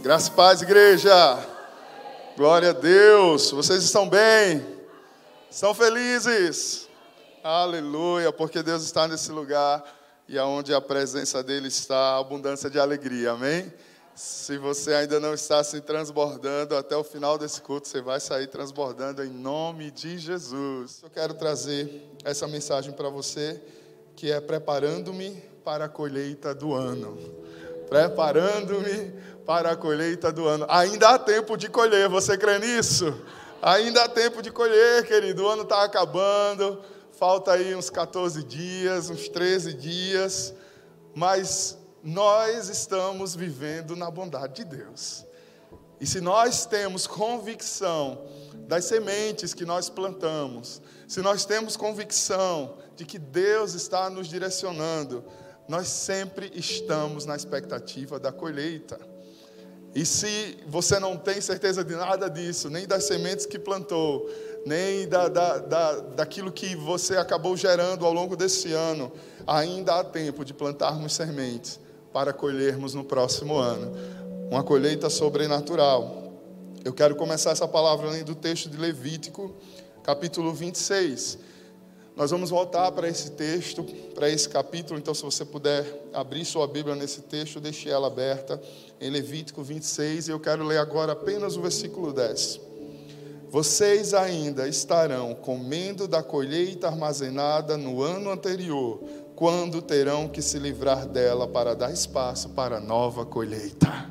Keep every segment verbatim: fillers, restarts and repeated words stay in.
Graça e paz, igreja. Glória a Deus. Vocês estão bem? Estão felizes? Aleluia, porque Deus está nesse lugar e aonde a presença dele está, a abundância de alegria, amém? Se você ainda não está se transbordando, até o final desse culto você vai sair transbordando em nome de Jesus. Eu quero trazer essa mensagem para você, que é preparando-me para a colheita do ano. Preparando-me para a colheita do ano. Ainda há tempo de colher, você crê nisso? Ainda há tempo de colher, querido. O ano está acabando, falta aí uns quatorze dias, uns treze dias, mas nós estamos vivendo na bondade de Deus. E se nós temos convicção das sementes que nós plantamos, se nós temos convicção de que Deus está nos direcionando, nós sempre estamos na expectativa da colheita. E se você não tem certeza de nada disso, nem das sementes que plantou, nem da, da, da, daquilo que você acabou gerando ao longo desse ano, ainda há tempo de plantarmos sementes para colhermos no próximo ano. Uma colheita sobrenatural. Eu quero começar essa palavra lendo do texto de Levítico, capítulo vinte e seis. Nós vamos voltar para esse texto, para esse capítulo. Então, se você puder abrir sua Bíblia nesse texto, deixe ela aberta em Levítico vinte e seis. E eu quero ler agora apenas o versículo dez. Vocês ainda estarão comendo da colheita armazenada no ano anterior, quando terão que se livrar dela para dar espaço para nova colheita.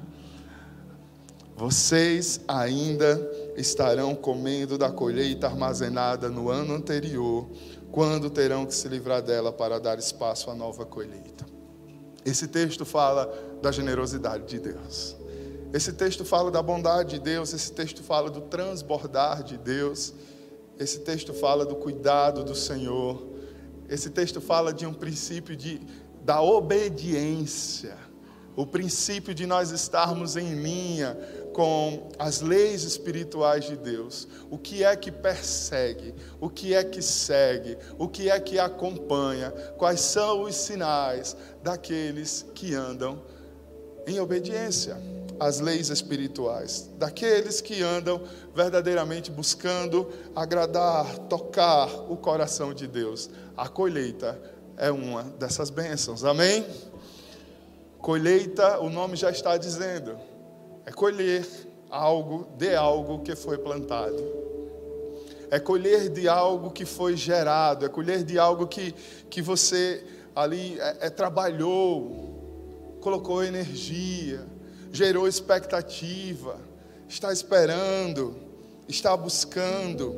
Vocês ainda estarão comendo da colheita armazenada no ano anterior, quando terão que se livrar dela para dar espaço à nova colheita. Esse texto fala da generosidade de Deus. Esse texto fala da bondade de Deus. Esse texto fala do transbordar de Deus. Esse texto fala do cuidado do Senhor. Esse texto fala de um princípio de, da obediência. O princípio de nós estarmos em linha com as leis espirituais de Deus. O que é que persegue? O que é que segue? O que é que acompanha? Quais são os sinais daqueles que andam em obediência às leis espirituais? Daqueles que andam verdadeiramente buscando agradar, tocar o coração de Deus. A colheita é uma dessas bênçãos, amém? Colheita, o nome já está dizendo, é colher algo de algo que foi plantado. É colher de algo que foi gerado, é colher de algo que, que você ali é, é, trabalhou, colocou energia, gerou expectativa, está esperando, está buscando.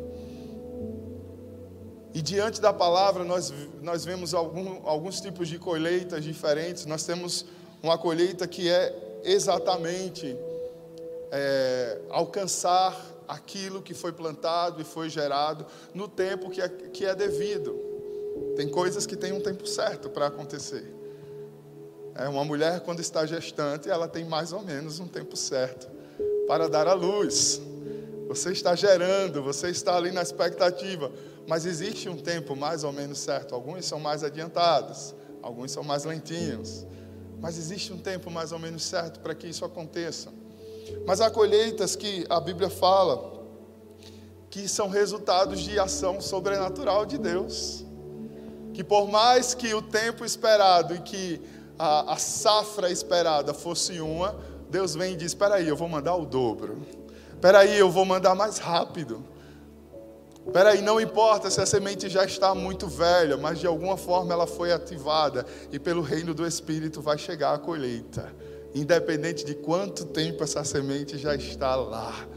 E diante da palavra nós, nós vemos algum, alguns tipos de colheitas diferentes. Nós temos uma colheita que é exatamente é, alcançar aquilo que foi plantado e foi gerado no tempo que é, que é devido. Tem coisas que tem um tempo certo para acontecer. É, uma mulher, quando está gestante, ela tem mais ou menos um tempo certo para dar à luz. Você está gerando, você está ali na expectativa, mas existe um tempo mais ou menos certo. Alguns são mais adiantados, alguns são mais lentinhos. Mas existe um tempo mais ou menos certo para que isso aconteça. Mas há colheitas que a Bíblia fala que são resultados de ação sobrenatural de Deus. Que por mais que o tempo esperado e que a, a safra esperada fosse uma, Deus vem e diz, espera aí, eu vou mandar o dobro. Espera aí, eu vou mandar mais rápido. Espera aí, não importa se a semente já está muito velha, mas de alguma forma ela foi ativada e pelo reino do Espírito vai chegar a colheita, independente de quanto tempo essa semente já está lá.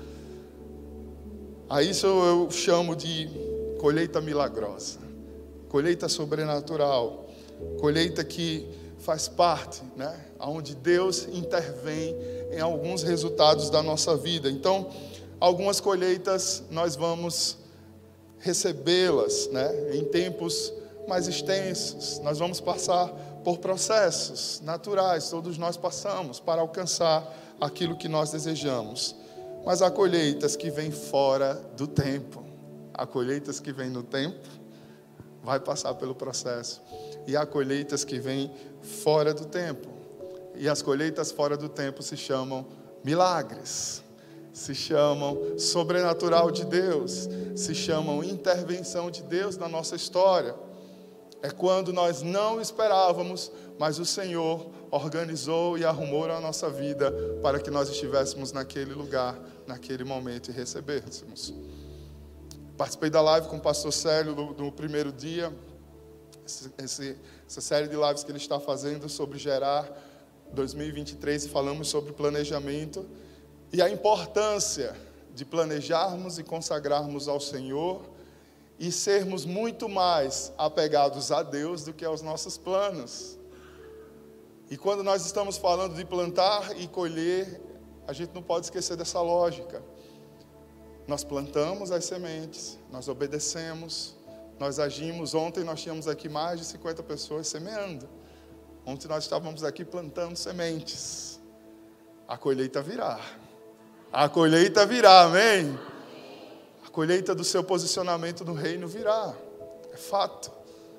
A isso eu chamo de colheita milagrosa, colheita sobrenatural, colheita que faz parte, né, onde Deus intervém em alguns resultados da nossa vida. Então, algumas colheitas nós vamos recebê-las, né, em tempos mais extensos. Nós vamos passar por processos naturais, todos nós passamos para alcançar aquilo que nós desejamos. Mas há colheitas que vêm fora do tempo. Há colheitas que vêm no tempo, vai passar pelo processo. E há colheitas que vêm fora do tempo. E as colheitas fora do tempo se chamam milagres, se chamam sobrenatural de Deus, se chamam intervenção de Deus na nossa história. É quando nós não esperávamos, mas o Senhor organizou e arrumou a nossa vida para que nós estivéssemos naquele lugar, naquele momento e recebêssemos. Participei da live com o pastor Célio no, no primeiro dia, esse, esse, essa série de lives que ele está fazendo sobre Gerar dois mil e vinte e três, e falamos sobre planejamento e a importância de planejarmos e consagrarmos ao Senhor e sermos muito mais apegados a Deus do que aos nossos planos. E quando nós estamos falando de plantar e colher, a gente não pode esquecer dessa lógica. Nós plantamos as sementes, nós obedecemos, nós agimos. Ontem nós tínhamos aqui mais de cinquenta pessoas semeando. Ontem nós estávamos aqui plantando sementes. A colheita virá. A colheita virá, amém? A colheita do seu posicionamento no reino virá. É fato.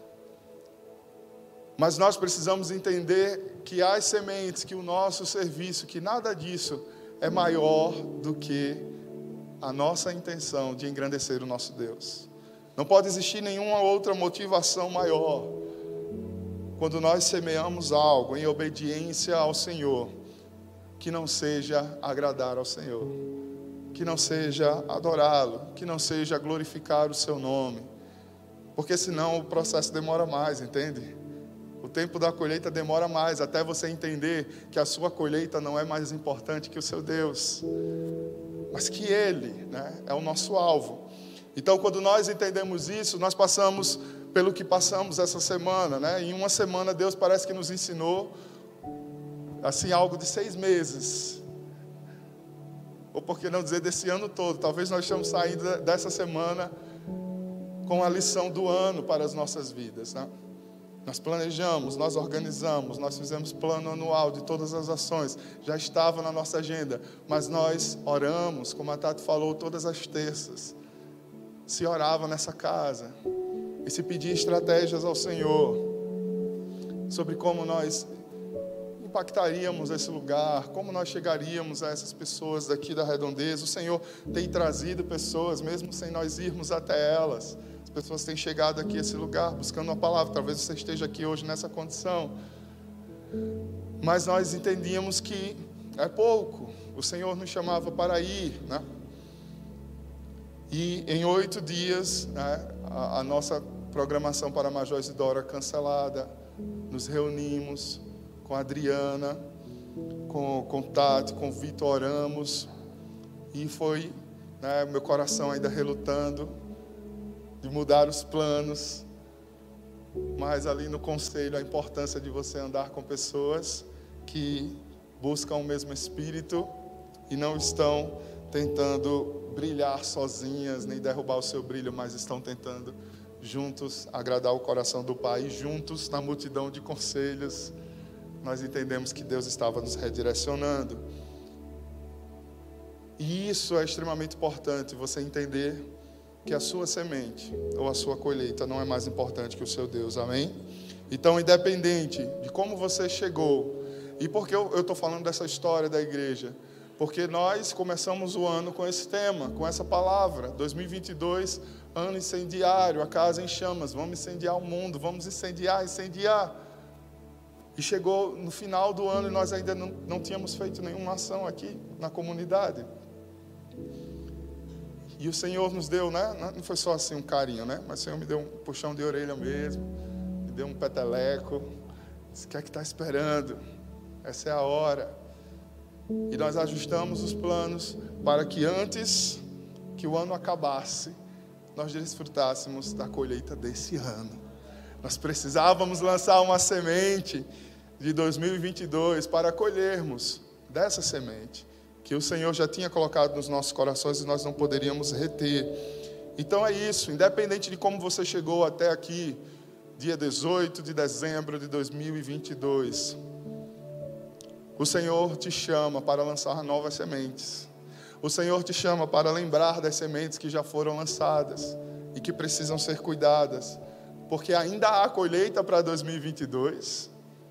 Mas nós precisamos entender que as sementes, que o nosso serviço, que nada disso é maior do que a nossa intenção de engrandecer o nosso Deus. Não pode existir nenhuma outra motivação maior. Quando nós semeamos algo em obediência ao Senhor, que não seja agradar ao Senhor, que não seja adorá-lo, que não seja glorificar o seu nome, porque senão o processo demora mais, entende? O tempo da colheita demora mais, até você entender que a sua colheita não é mais importante que o seu Deus, mas que Ele, né, é o nosso alvo. Então, quando nós entendemos isso, nós passamos pelo que passamos essa semana, né? Em uma semana Deus parece que nos ensinou assim algo de seis meses, ou por que não dizer desse ano todo. Talvez nós estamos saindo dessa semana com a lição do ano para as nossas vidas, né? Nós planejamos, nós organizamos, nós fizemos plano anual de todas as ações, já estava na nossa agenda, mas nós oramos, como a Tati falou, todas as terças. Se orava nessa casa e se pedia estratégias ao Senhor sobre como nós impactaríamos esse lugar, como nós chegaríamos a essas pessoas daqui da redondeza. O Senhor tem trazido pessoas, mesmo sem nós irmos até elas. As pessoas têm chegado aqui a esse lugar buscando uma palavra. Talvez você esteja aqui hoje nessa condição, mas nós entendíamos que é pouco. O Senhor nos chamava para ir, né? E em oito dias, né, a, a nossa programação para Major Isidora cancelada. Nos reunimos com a Adriana, com, com Tati, com o Vitor, oramos. E foi, né, meu coração ainda relutando de mudar os planos. Mas ali no conselho, a importância de você andar com pessoas que buscam o mesmo espírito e não estão tentando brilhar sozinhas, nem derrubar o seu brilho, mas estão tentando juntos agradar o coração do Pai. E juntos, na multidão de conselhos, nós entendemos que Deus estava nos redirecionando. E isso é extremamente importante, você entender que a sua semente ou a sua colheita não é mais importante que o seu Deus, amém? Então, independente de como você chegou, e por que eu estou falando dessa história da igreja? Porque nós começamos o ano com esse tema, com essa palavra, dois mil e vinte e dois, ano incendiário, a casa em chamas, vamos incendiar o mundo, vamos incendiar, incendiar. E chegou no final do ano e nós ainda não, não tínhamos feito nenhuma ação aqui na comunidade. E o Senhor nos deu, né? Não foi só assim um carinho, né? Mas o Senhor me deu um puxão de orelha mesmo, me deu um peteleco, disse: o que é que está esperando? Essa é a hora. E nós ajustamos os planos para que antes que o ano acabasse, nós desfrutássemos da colheita desse ano. Nós precisávamos lançar uma semente de dois mil e vinte e dois para colhermos dessa semente que o Senhor já tinha colocado nos nossos corações e nós não poderíamos reter. Então é isso, independente de como você chegou até aqui, dia dezoito de dezembro de dois mil e vinte e dois, o Senhor te chama para lançar novas sementes. O Senhor te chama para lembrar das sementes que já foram lançadas e que precisam ser cuidadas, porque ainda há colheita para dois mil e vinte e dois.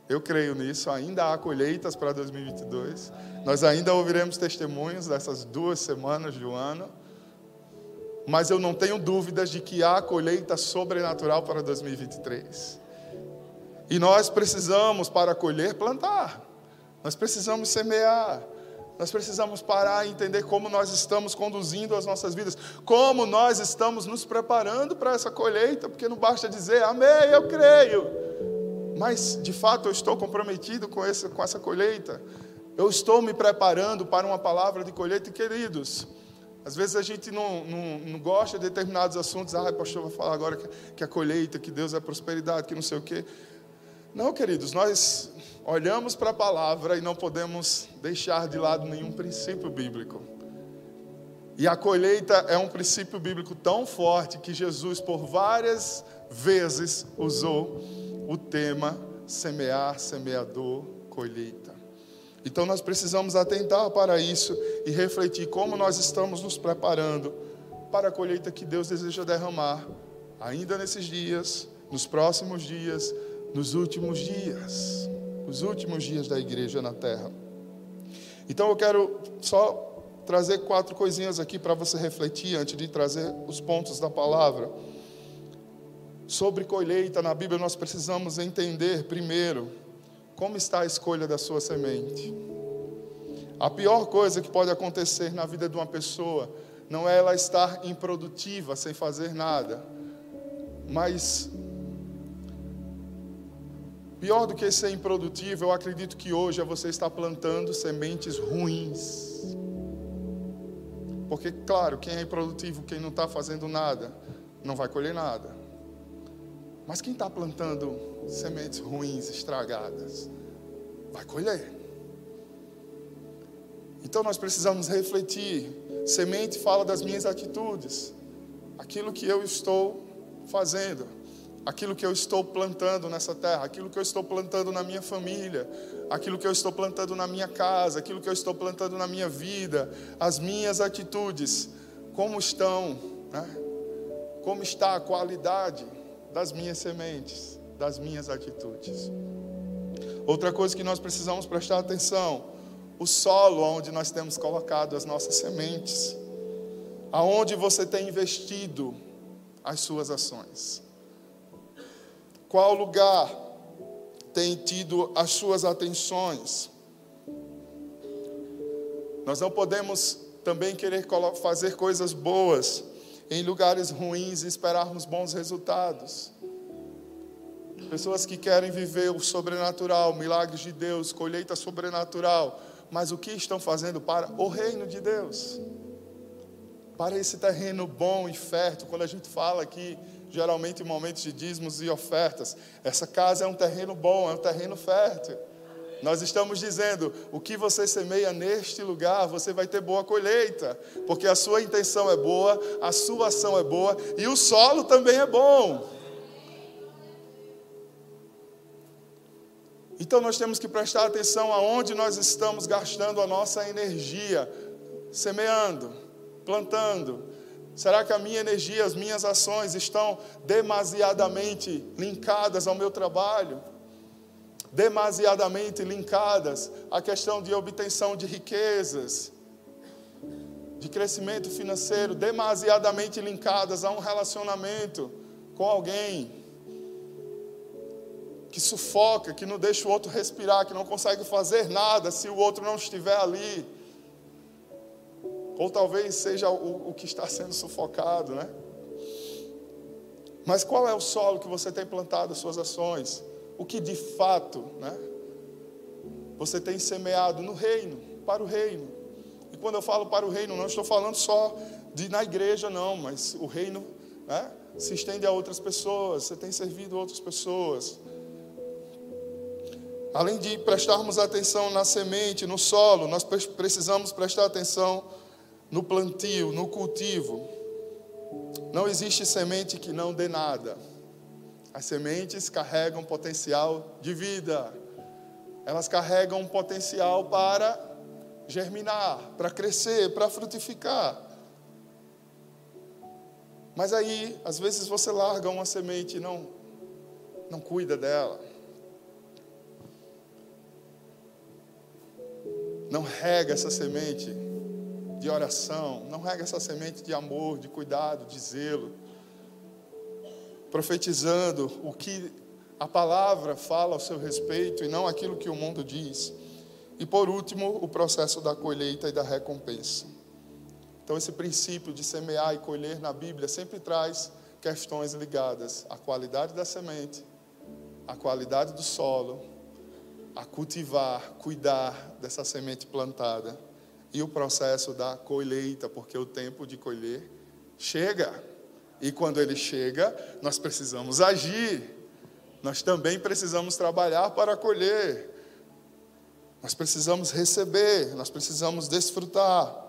Eu creio nisso, ainda há colheitas para dois mil e vinte e dois. Nós ainda ouviremos testemunhos dessas duas semanas do ano. Mas eu não tenho dúvidas de que há colheita sobrenatural para dois mil e vinte e três. E nós precisamos, para colher, plantar. Nós precisamos semear. Nós precisamos parar e entender como nós estamos conduzindo as nossas vidas. Como nós estamos nos preparando para essa colheita. Porque não basta dizer, amém, eu creio. Mas, de fato, eu estou comprometido com essa, com essa colheita. Eu estou me preparando para uma palavra de colheita, queridos. Às vezes a gente não, não, não gosta de determinados assuntos. Ah, pastor, vou falar agora que, que a colheita, que Deus é prosperidade, que não sei o quê. Não, queridos, nós olhamos para a palavra e não podemos deixar de lado nenhum princípio bíblico. E a colheita é um princípio bíblico tão forte que Jesus, por várias vezes, usou o tema semear, semeador, colheita. Então nós precisamos atentar para isso e refletir como nós estamos nos preparando para a colheita que Deus deseja derramar ainda nesses dias, nos próximos dias, nos últimos dias, os últimos dias da igreja na terra. Então eu quero só trazer quatro coisinhas aqui para você refletir antes de trazer os pontos da palavra. Sobre colheita na Bíblia nós precisamos entender primeiro como está a escolha da sua semente. A pior coisa que pode acontecer na vida de uma pessoa não é ela estar improdutiva, sem fazer nada. Mas, pior do que ser improdutivo, eu acredito que hoje é você estar plantando sementes ruins. Porque, claro, quem é improdutivo, quem não está fazendo nada, não vai colher nada. Mas quem está plantando sementes ruins, estragadas, vai colher. Então nós precisamos refletir. Semente fala das minhas atitudes, aquilo que eu estou fazendo, aquilo que eu estou plantando nessa terra, aquilo que eu estou plantando na minha família, aquilo que eu estou plantando na minha casa, aquilo que eu estou plantando na minha vida, as minhas atitudes, como estão, né? Como está a qualidade das minhas sementes, das minhas atitudes. Outra coisa que nós precisamos prestar atenção, o solo onde nós temos colocado as nossas sementes, aonde você tem investido as suas ações. Qual lugar tem tido as suas atenções? Nós não podemos também querer fazer coisas boas em lugares ruins e esperarmos bons resultados. Pessoas que querem viver o sobrenatural, milagres de Deus, colheita sobrenatural, mas o que estão fazendo para o reino de Deus? Para esse terreno bom e fértil. Quando a gente fala aqui, geralmente em momentos de dízimos e ofertas, essa casa é um terreno bom, é um terreno fértil. Nós estamos dizendo, o que você semeia neste lugar, você vai ter boa colheita, porque a sua intenção é boa, a sua ação é boa e o solo também é bom. Então nós temos que prestar atenção aonde nós estamos gastando a nossa energia, semeando, plantando. Será que a minha energia, as minhas ações estão demasiadamente linkadas ao meu trabalho? Demasiadamente linkadas à questão de obtenção de riquezas, de crescimento financeiro, demasiadamente linkadas a um relacionamento com alguém que sufoca, que não deixa o outro respirar, que não consegue fazer nada se o outro não estiver ali. Ou talvez seja o, o que está sendo sufocado, né? Mas qual é o solo que você tem plantado as suas ações? O que de fato, né, você tem semeado no reino, para o reino. E quando eu falo para o reino, não estou falando só de na igreja, não, mas o reino, né, se estende a outras pessoas, você tem servido outras pessoas. Além de prestarmos atenção na semente, no solo, nós precisamos prestar atenção no plantio, no cultivo. Não existe semente que não dê nada. As sementes carregam potencial de vida. Elas carregam um potencial para germinar, para crescer, para frutificar. Mas aí, às vezes você larga uma semente e não, não cuida dela. não rega essa semente de oração, não rega essa semente de amor, de cuidado, de zelo, profetizando o que a palavra fala ao seu respeito e não aquilo que o mundo diz. E por último, o processo da colheita e da recompensa. Então esse princípio de semear e colher na Bíblia sempre traz questões ligadas à qualidade da semente, à qualidade do solo, a cultivar, cuidar dessa semente plantada e o processo da colheita, porque o tempo de colher chega. E quando ele chega, nós precisamos agir. Nós também precisamos trabalhar para colher. Nós precisamos receber, nós precisamos desfrutar.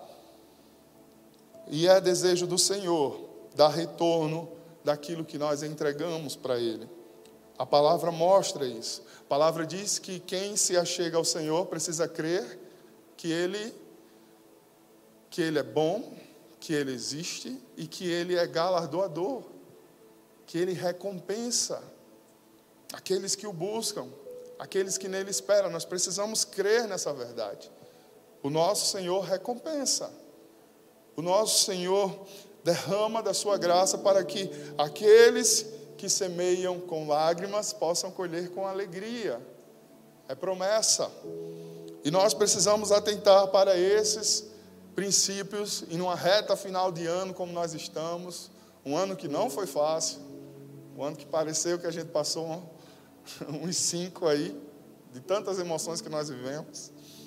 E é desejo do Senhor dar retorno daquilo que nós entregamos para Ele. A palavra mostra isso. A palavra diz que quem se achega ao Senhor precisa crer que Ele, que Ele é bom, que Ele existe e que Ele é galardoador, que Ele recompensa aqueles que o buscam, aqueles que nele esperam. Nós precisamos crer nessa verdade. O nosso Senhor recompensa. O nosso Senhor derrama da sua graça para que aqueles que semeiam com lágrimas possam colher com alegria. É promessa. E nós precisamos atentar para esses princípios e numa reta final de ano como nós estamos, um ano que não foi fácil, um ano que pareceu que a gente passou um, uns cinco aí, de tantas emoções que nós vivemos.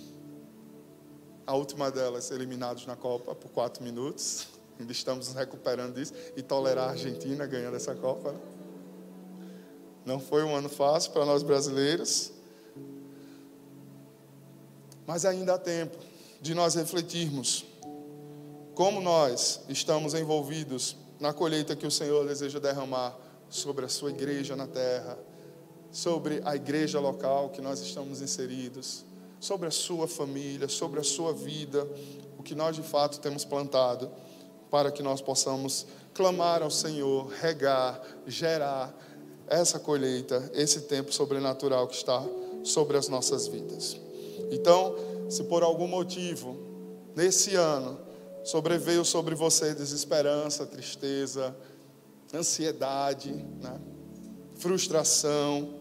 A última delas, eliminados na Copa por quatro minutos. Ainda estamos nos recuperando disso. E tolerar a Argentina ganhando essa Copa, né? Não foi um ano fácil para nós brasileiros. Mas ainda há tempo de nós refletirmos como nós estamos envolvidos na colheita que o Senhor deseja derramar sobre a sua igreja na terra, sobre a igreja local que nós estamos inseridos, sobre a sua família, sobre a sua vida, o que nós de fato temos plantado, para que nós possamos clamar ao Senhor, regar, gerar essa colheita, esse tempo sobrenatural que está sobre as nossas vidas. Então, se por algum motivo, nesse ano, sobreveio sobre você desesperança, tristeza, ansiedade, né? frustração,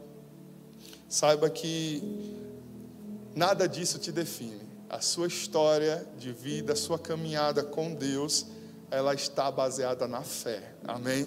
saiba que nada disso te define. A sua história de vida, a sua caminhada com Deus, ela está baseada na fé. Amém?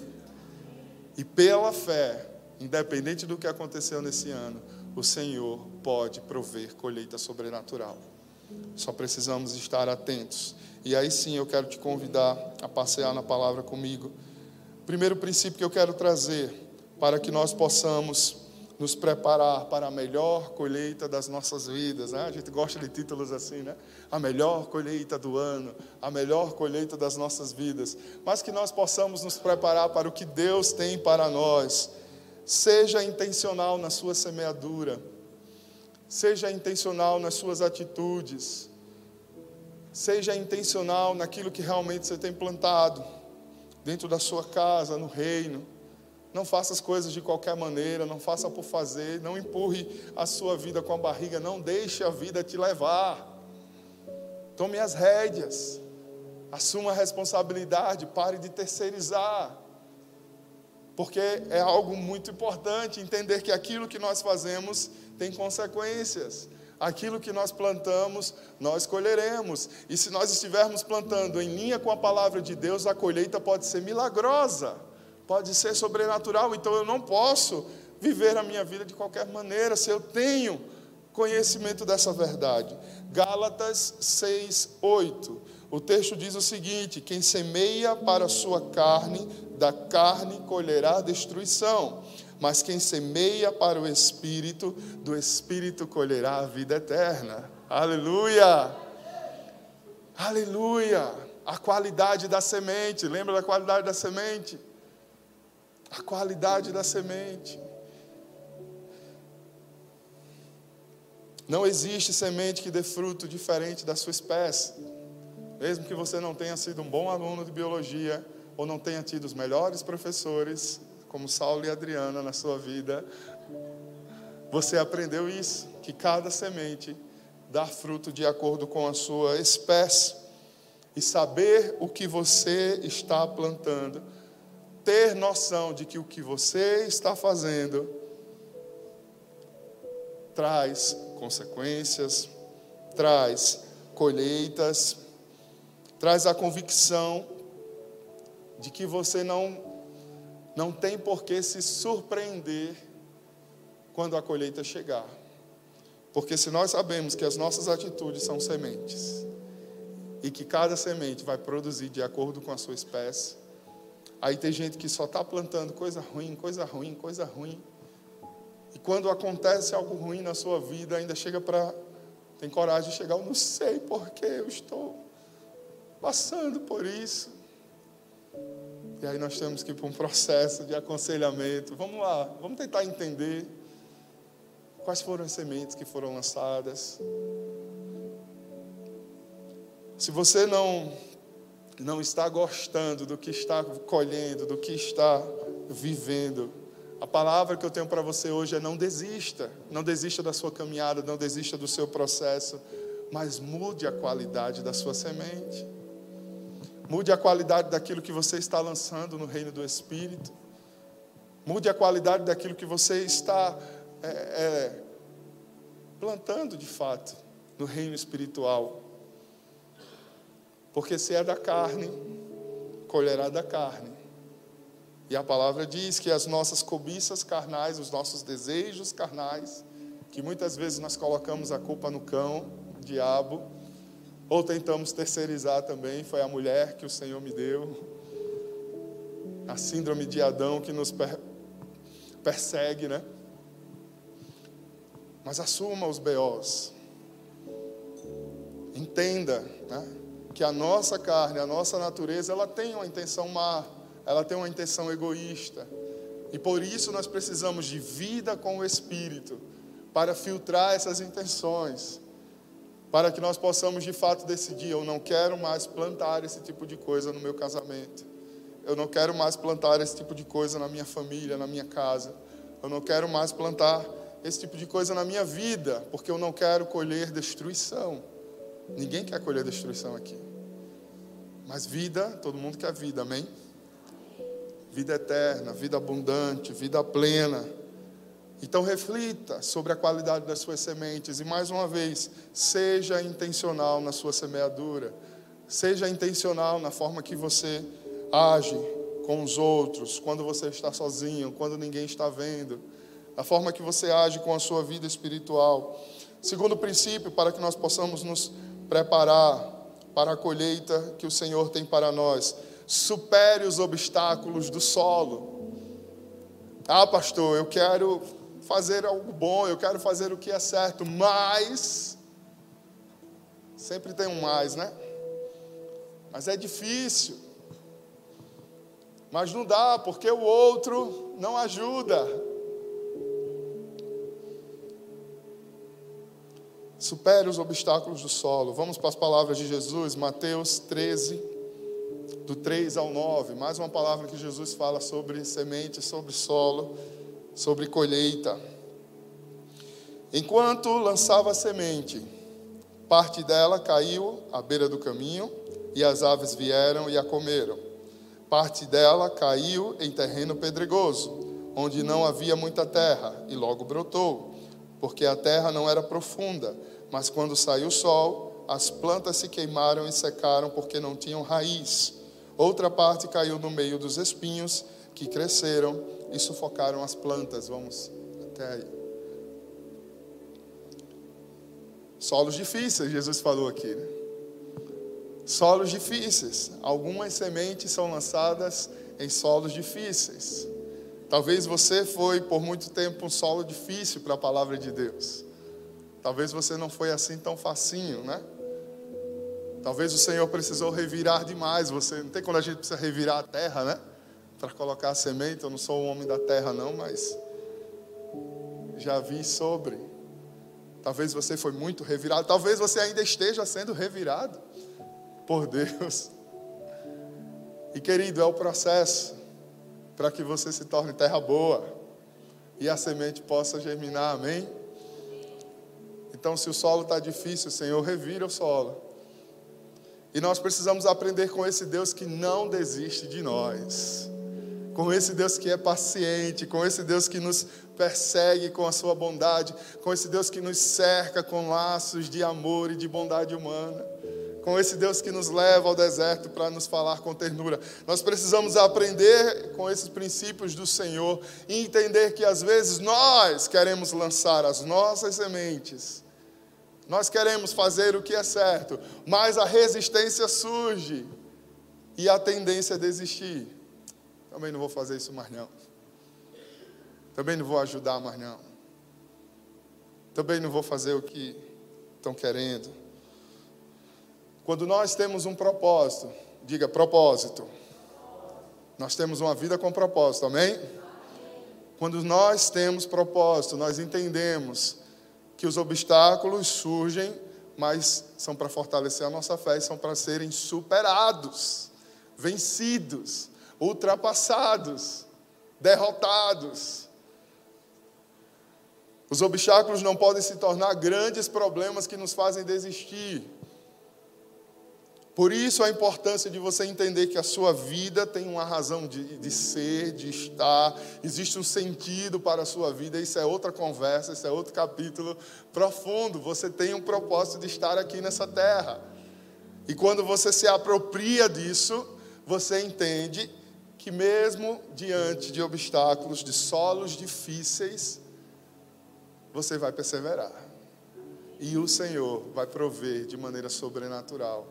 E pela fé, independente do que aconteceu nesse ano, o Senhor pode prover colheita sobrenatural. Só precisamos estar atentos. E aí sim eu quero te convidar a passear na palavra comigo. Primeiro princípio que eu quero trazer para que nós possamos nos preparar para a melhor colheita das nossas vidas, né? A gente gosta de títulos assim, né? A melhor colheita do ano, a melhor colheita das nossas vidas. Mas que nós possamos nos preparar para o que Deus tem para nós. Seja intencional na sua semeadura. Seja intencional nas suas atitudes. Seja intencional naquilo que realmente você tem plantado dentro da sua casa, no reino. Não faça as coisas de qualquer maneira, não faça por fazer, não empurre a sua vida com a barriga, não deixe a vida te levar. Tome as rédeas, assuma a responsabilidade, pare de terceirizar. Porque é algo muito importante entender que aquilo que nós fazemos tem consequências. Aquilo que nós plantamos, nós colheremos. E se nós estivermos plantando em linha com a palavra de Deus, a colheita pode ser milagrosa, pode ser sobrenatural. Então eu não posso viver a minha vida de qualquer maneira se eu tenho conhecimento dessa verdade. Gálatas seis, oito. O texto diz o seguinte: quem semeia para a sua carne, da carne colherá destruição. Mas quem semeia para o Espírito, do Espírito colherá a vida eterna. Aleluia! Aleluia! A qualidade da semente. Lembra da qualidade da semente? A qualidade da semente. Não existe semente que dê fruto diferente da sua espécie. Mesmo que você não tenha sido um bom aluno de biologia, ou não tenha tido os melhores professores, como Saulo e Adriana na sua vida, você aprendeu isso, que cada semente dar fruto de acordo com a sua espécie. E saber o que você está plantando. Ter noção de que o que você está fazendo traz consequências, traz colheitas, traz a convicção de que você não, não tem por que se surpreender quando a colheita chegar. Porque se nós sabemos que as nossas atitudes são sementes, e que cada semente vai produzir de acordo com a sua espécie, aí tem gente que só está plantando coisa ruim, coisa ruim, coisa ruim. E quando acontece algo ruim na sua vida, ainda chega para... Tem coragem de chegar, eu não sei porque eu estou passando por isso. E aí nós temos que ir para um processo de aconselhamento. Vamos lá, vamos tentar entender quais foram as sementes que foram lançadas. Se você não, não está gostando do que está colhendo, do que está vivendo, a palavra que eu tenho para você hoje é: não desista. Não desista da sua caminhada, não desista do seu processo, mas mude a qualidade da sua semente. Mude a qualidade daquilo que você está lançando no reino do Espírito. Mude a qualidade daquilo que você está é, é, plantando de fato no reino espiritual. Porque se é da carne, colherá da carne. E a palavra diz que as nossas cobiças carnais, os nossos desejos carnais, que muitas vezes nós colocamos a culpa no cão, no diabo, ou tentamos terceirizar também, foi a mulher que o Senhor me deu, a síndrome de Adão que nos per- persegue, né? Mas assuma os B Os. Entenda, né, que a nossa carne, a nossa natureza, ela tem uma intenção má, ela tem uma intenção egoísta. E por isso nós precisamos de vida com o Espírito, para filtrar essas intenções, para que nós possamos de fato decidir: eu não quero mais plantar esse tipo de coisa no meu casamento, eu não quero mais plantar esse tipo de coisa na minha família, na minha casa, eu não quero mais plantar esse tipo de coisa na minha vida, porque eu não quero colher destruição. Ninguém quer colher destruição aqui, mas vida, todo mundo quer vida, amém? Vida eterna, vida abundante, vida plena. Então reflita sobre a qualidade das suas sementes. E mais uma vez, seja intencional na sua semeadura. Seja intencional na forma que você age com os outros, quando você está sozinho, quando ninguém está vendo. A forma que você age com a sua vida espiritual. Segundo princípio, para que nós possamos nos preparar para a colheita que o Senhor tem para nós: supere os obstáculos do solo. Ah, pastor, eu quero fazer algo bom, eu quero fazer o que é certo, mas... Sempre tem um mais, né? Mas é difícil. Mas não dá, porque o outro não ajuda. Supere os obstáculos do solo. Vamos para as palavras de Jesus, Mateus treze, do três ao nove. Mais uma palavra que Jesus fala sobre semente, sobre solo, sobre colheita. Enquanto lançava a semente, parte dela caiu à beira do caminho, e as aves vieram e a comeram. Parte dela caiu em terreno pedregoso, onde não havia muita terra, e logo brotou, porque a terra não era profunda. Mas quando saiu o sol, as plantas se queimaram e secaram, porque não tinham raiz. Outra parte caiu no meio dos espinhos, que cresceram e sufocaram as plantas. Vamos até aí. Solos difíceis, Jesus falou aqui, né? Solos difíceis. Algumas sementes são lançadas em solos difíceis. Talvez você foi por muito tempo um solo difícil para a palavra de Deus. Talvez você não foi assim tão facinho, né? Talvez o Senhor precisou revirar demais você. Não tem quando a gente precisa revirar a terra, né? Para colocar a semente. Eu não sou um homem da terra não, mas já vi sobre. Talvez você foi muito revirado. Talvez você ainda esteja sendo revirado por Deus. E querido, é o processo para que você se torne terra boa e a semente possa germinar, amém? Então, se o solo está difícil, Senhor, revira o solo. E nós precisamos aprender com esse Deus que não desiste de nós, com esse Deus que é paciente, com esse Deus que nos persegue com a sua bondade, com esse Deus que nos cerca com laços de amor e de bondade humana, com esse Deus que nos leva ao deserto para nos falar com ternura. Nós precisamos aprender com esses princípios do Senhor e entender que às vezes nós queremos lançar as nossas sementes, nós queremos fazer o que é certo, mas a resistência surge e a tendência é desistir. Também não vou fazer isso mais não. Também não vou ajudar mais não. Também não vou fazer o que estão querendo. Quando nós temos um propósito, diga propósito. Nós temos uma vida com propósito, amém? Quando nós temos propósito, nós entendemos que os obstáculos surgem, mas são para fortalecer a nossa fé e são para serem superados, vencidos, ultrapassados, derrotados. Os obstáculos não podem se tornar grandes problemas que nos fazem desistir. Por isso a importância de você entender que a sua vida tem uma razão de, de ser, de estar, existe um sentido para a sua vida. Isso é outra conversa, isso é outro capítulo profundo. Você tem um propósito de estar aqui nessa terra. E quando você se apropria disso, você entende que mesmo diante de obstáculos, de solos difíceis, você vai perseverar. E o Senhor vai prover de maneira sobrenatural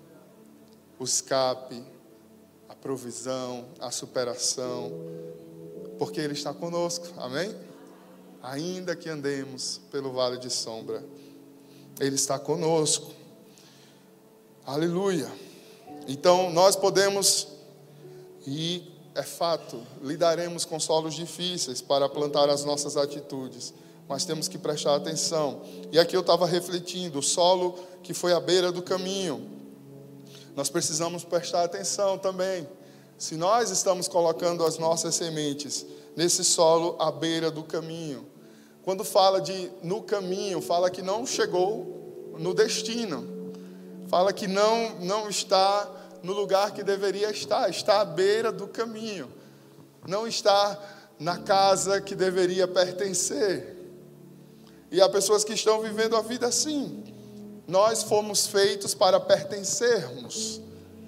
o escape, a provisão, a superação, porque Ele está conosco, amém? Ainda que andemos pelo vale de sombra, Ele está conosco. Aleluia. Então nós podemos, e é fato, lidaremos com solos difíceis para plantar as nossas atitudes, mas temos que prestar atenção. E aqui eu estava refletindo, o solo que foi à beira do caminho, nós precisamos prestar atenção também. Se nós estamos colocando as nossas sementes nesse solo à beira do caminho, quando fala de no caminho, fala que não chegou no destino, fala que não, não está no lugar que deveria estar, está à beira do caminho, não está na casa que deveria pertencer. E há pessoas que estão vivendo a vida assim. Nós fomos feitos para pertencermos.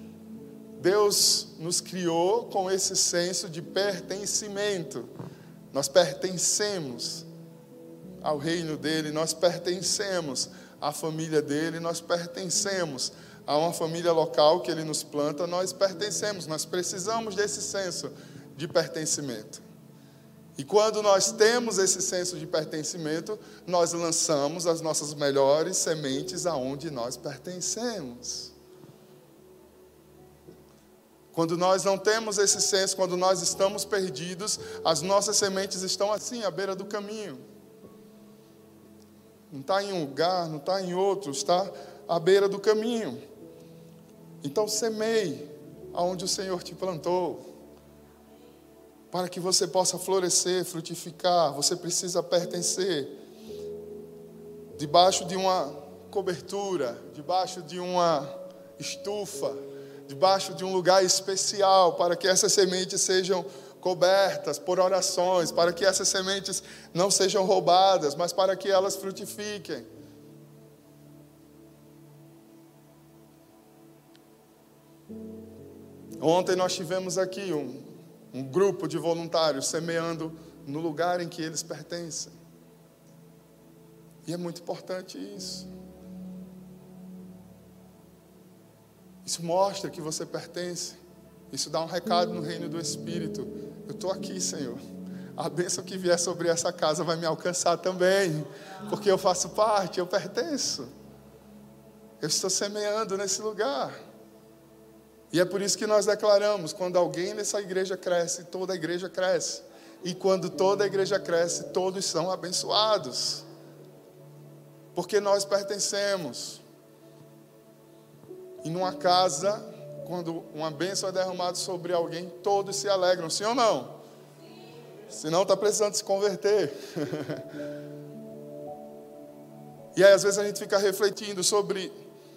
Deus nos criou com esse senso de pertencimento. Nós pertencemos ao reino dele, nós pertencemos à família dele, nós pertencemos a uma família local que ele nos planta, nós pertencemos, nós precisamos desse senso de pertencimento. E quando nós temos esse senso de pertencimento, nós lançamos as nossas melhores sementes aonde nós pertencemos. Quando nós não temos esse senso, quando nós estamos perdidos, as nossas sementes estão assim, à beira do caminho. Não está em um lugar, não está em outro, está à beira do caminho. Então semeie aonde o Senhor te plantou. Para que você possa florescer, frutificar, você precisa pertencer. Debaixo de uma cobertura, debaixo de uma estufa, debaixo de um lugar especial, para que essas sementes sejam cobertas por orações, para que essas sementes não sejam roubadas, mas para que elas frutifiquem. Ontem nós tivemos aqui um Um grupo de voluntários semeando no lugar em que eles pertencem. E é muito importante isso. Isso mostra que você pertence. Isso dá um recado no reino do Espírito. Eu estou aqui, Senhor. A bênção que vier sobre essa casa vai me alcançar também. Porque eu faço parte, eu pertenço. Eu estou semeando nesse lugar. E é por isso que nós declaramos, quando alguém nessa igreja cresce, toda a igreja cresce. E quando toda a igreja cresce, todos são abençoados. Porque nós pertencemos. E numa casa, quando uma bênção é derramada sobre alguém, todos se alegram, sim ou não? Senão está precisando se converter. E aí às vezes a gente fica refletindo sobre,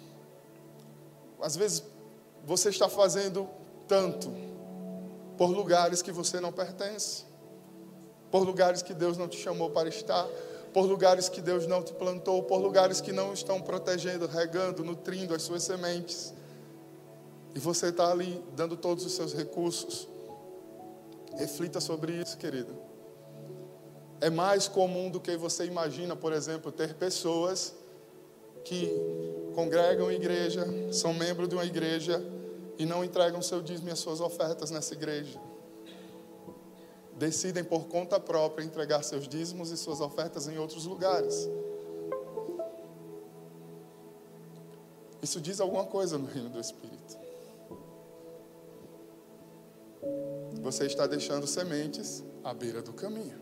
às vezes você está fazendo tanto por lugares que você não pertence, por lugares que Deus não te chamou para estar, por lugares que Deus não te plantou, por lugares que não estão protegendo, regando, nutrindo as suas sementes. E você está ali dando todos os seus recursos. Reflita sobre isso, querido. É mais comum do que você imagina, por exemplo, ter pessoas que congregam em igreja, são membros de uma igreja e não entregam seu dízimo e as suas ofertas nessa igreja. Decidem por conta própria entregar seus dízimos e suas ofertas em outros lugares. Isso diz alguma coisa no reino do Espírito. Você está deixando sementes à beira do caminho.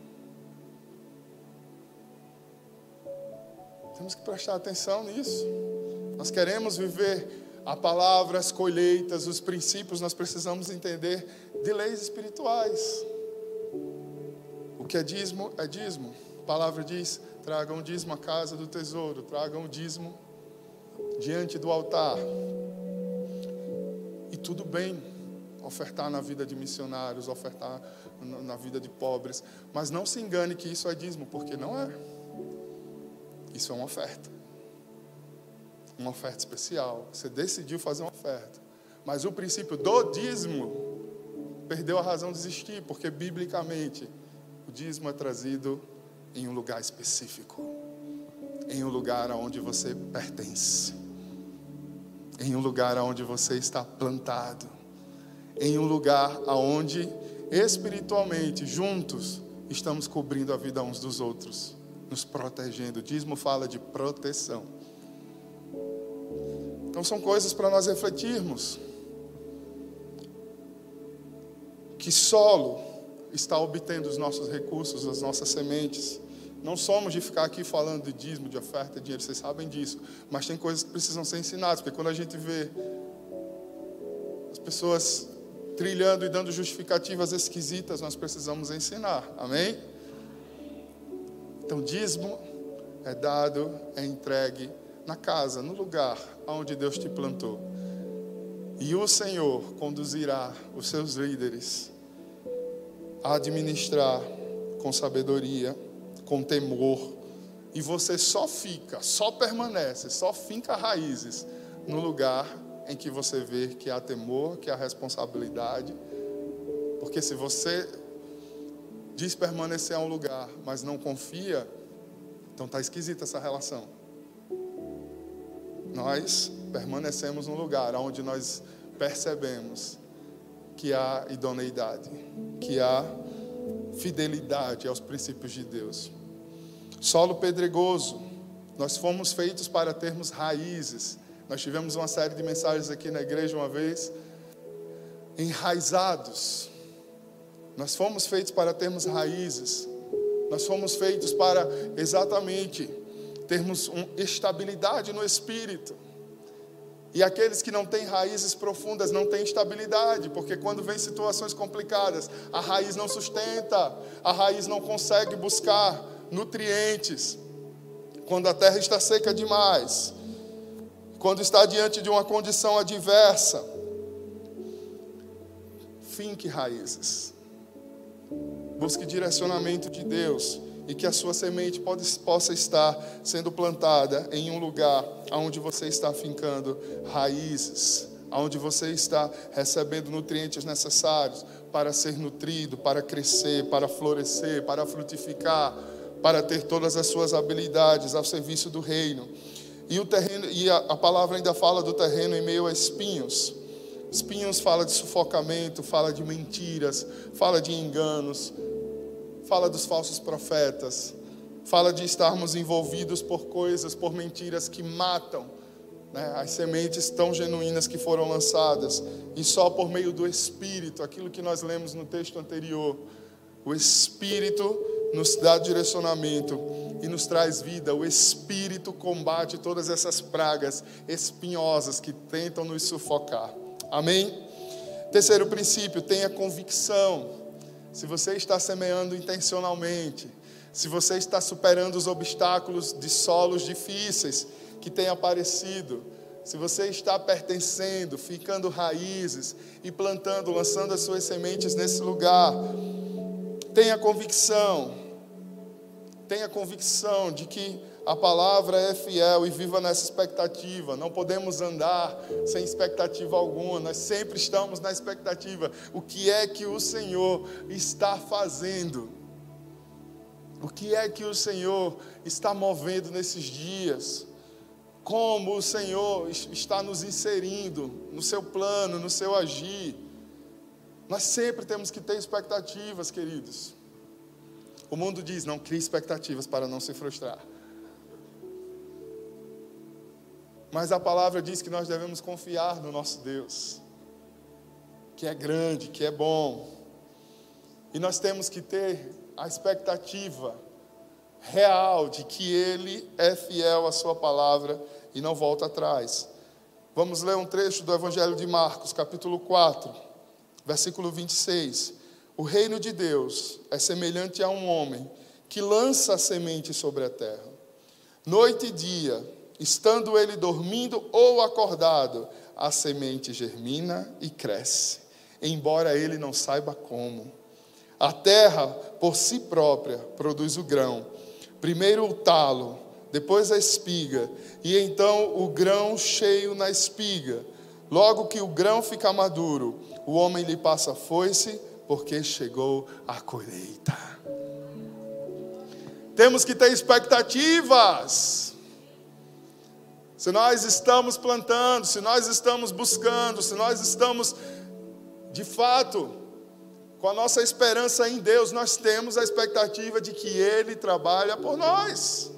Temos que prestar atenção nisso. Nós queremos viver a palavra, as colheitas, os princípios, nós precisamos entender de leis espirituais. O que é dízimo, é dízimo. A palavra diz, tragam o dízimo à casa do tesouro, tragam o dízimo diante do altar. E tudo bem ofertar na vida de missionários, ofertar na vida de pobres, mas não se engane que isso é dízimo, porque não é. Isso é uma oferta. Uma oferta especial. Você decidiu fazer uma oferta. Mas o princípio do dízimo perdeu a razão de existir, porque biblicamente o dízimo é trazido em um lugar específico, em um lugar onde você pertence, em um lugar onde você está plantado, em um lugar onde espiritualmente juntos estamos cobrindo a vida uns dos outros, nos protegendo. O dízimo fala de proteção. Então são coisas para nós refletirmos. Que solo está obtendo os nossos recursos, as nossas sementes? Não somos de ficar aqui falando de dízimo, de oferta, de dinheiro, vocês sabem disso. Mas tem coisas que precisam ser ensinadas, porque quando a gente vê as pessoas trilhando e dando justificativas esquisitas, nós precisamos ensinar. Amém? Então, dízimo é dado, é entregue na casa, no lugar onde Deus te plantou. E o Senhor conduzirá os seus líderes a administrar com sabedoria, com temor. E você só fica, só permanece, só finca raízes no lugar em que você vê que há temor, que há responsabilidade. Porque se você diz permanecer a um lugar, mas não confia, então está esquisita essa relação. Nós permanecemos num lugar onde nós percebemos que há idoneidade, que há fidelidade aos princípios de Deus. Solo pedregoso, nós fomos feitos para termos raízes. Nós tivemos uma série de mensagens aqui na igreja uma vez, enraizados. Nós fomos feitos para termos raízes. Nós fomos feitos para exatamente termos uma estabilidade no espírito. E aqueles que não têm raízes profundas não têm estabilidade, porque quando vem situações complicadas, a raiz não sustenta, a raiz não consegue buscar nutrientes. Quando a terra está seca demais, quando está diante de uma condição adversa, finque raízes. Busque direcionamento de Deus e que a sua semente pode, possa estar sendo plantada em um lugar onde você está fincando raízes, onde você está recebendo nutrientes necessários para ser nutrido, para crescer, para florescer, para frutificar, para ter todas as suas habilidades ao serviço do reino. E, o terreno, e a, a palavra ainda fala do terreno em meio a espinhos. Espinhos fala de sufocamento, fala de mentiras, fala de enganos, fala dos falsos profetas, fala de estarmos envolvidos por coisas, por mentiras que matam, né, as sementes tão genuínas que foram lançadas. E só por meio do Espírito, aquilo que nós lemos no texto anterior, o Espírito nos dá direcionamento e nos traz vida. O Espírito combate todas essas pragas espinhosas que tentam nos sufocar. Amém? Terceiro princípio, tenha convicção. Se você está semeando intencionalmente, Se você está superando os obstáculos de solos difíceis que têm aparecido, se você está pertencendo, ficando raízes e plantando, lançando as suas sementes nesse lugar, tenha convicção, tenha convicção de que a palavra é fiel e viva nessa expectativa. Não podemos andar sem expectativa alguma, nós sempre estamos na expectativa. O que é que o Senhor está fazendo? O que é que o Senhor está movendo nesses dias? Como o Senhor está nos inserindo no seu plano, no seu agir? Nós sempre temos que ter expectativas, queridos. O mundo diz, não crie expectativas para não se frustrar. Mas a palavra diz que nós devemos confiar no nosso Deus, que é grande, que é bom. E nós temos que ter a expectativa real de que Ele é fiel à sua palavra e não volta atrás. Vamos ler um trecho do Evangelho de Marcos, capítulo quatro, versículo vinte e seis. O reino de Deus é semelhante a um homem que lança a semente sobre a terra. Noite e dia, estando ele dormindo ou acordado, a semente germina e cresce, embora ele não saiba como. A terra, por si própria, produz o grão. Primeiro o talo, depois a espiga, e então o grão cheio na espiga. Logo que o grão fica maduro, o homem lhe passa a foice, porque chegou a colheita. Temos que ter expectativas. Se nós estamos plantando, se nós estamos buscando, se nós estamos, de fato, com a nossa esperança em Deus, nós temos a expectativa de que Ele trabalha por nós.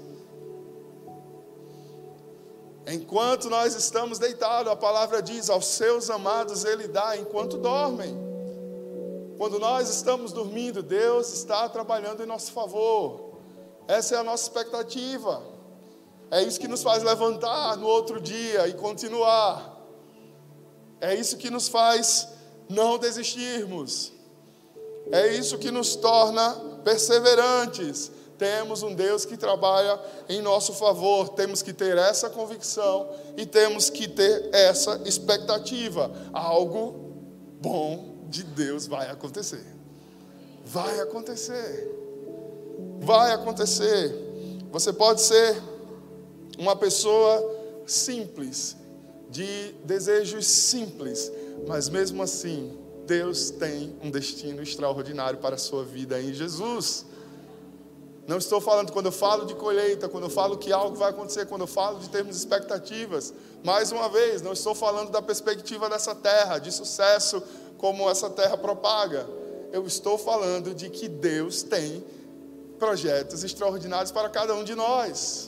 Enquanto nós estamos deitados, a palavra diz, aos seus amados Ele dá enquanto dormem. Quando nós estamos dormindo, Deus está trabalhando em nosso favor. Essa é a nossa expectativa. É isso que nos faz levantar no outro dia e continuar. É isso que nos faz não desistirmos. É isso que nos torna perseverantes. Temos um Deus que trabalha em nosso favor. Temos que ter essa convicção e temos que ter essa expectativa. Algo bom de Deus vai acontecer. Vai acontecer. Vai acontecer. Você pode ser uma pessoa simples, de desejos simples, mas mesmo assim, Deus tem um destino extraordinário para a sua vida em Jesus. Não estou falando, quando eu falo de colheita, quando eu falo que algo vai acontecer, quando eu falo de termos expectativas, mais uma vez, não estou falando da perspectiva dessa terra, de sucesso como essa terra propaga. Eu estou falando de que Deus tem projetos extraordinários para cada um de nós.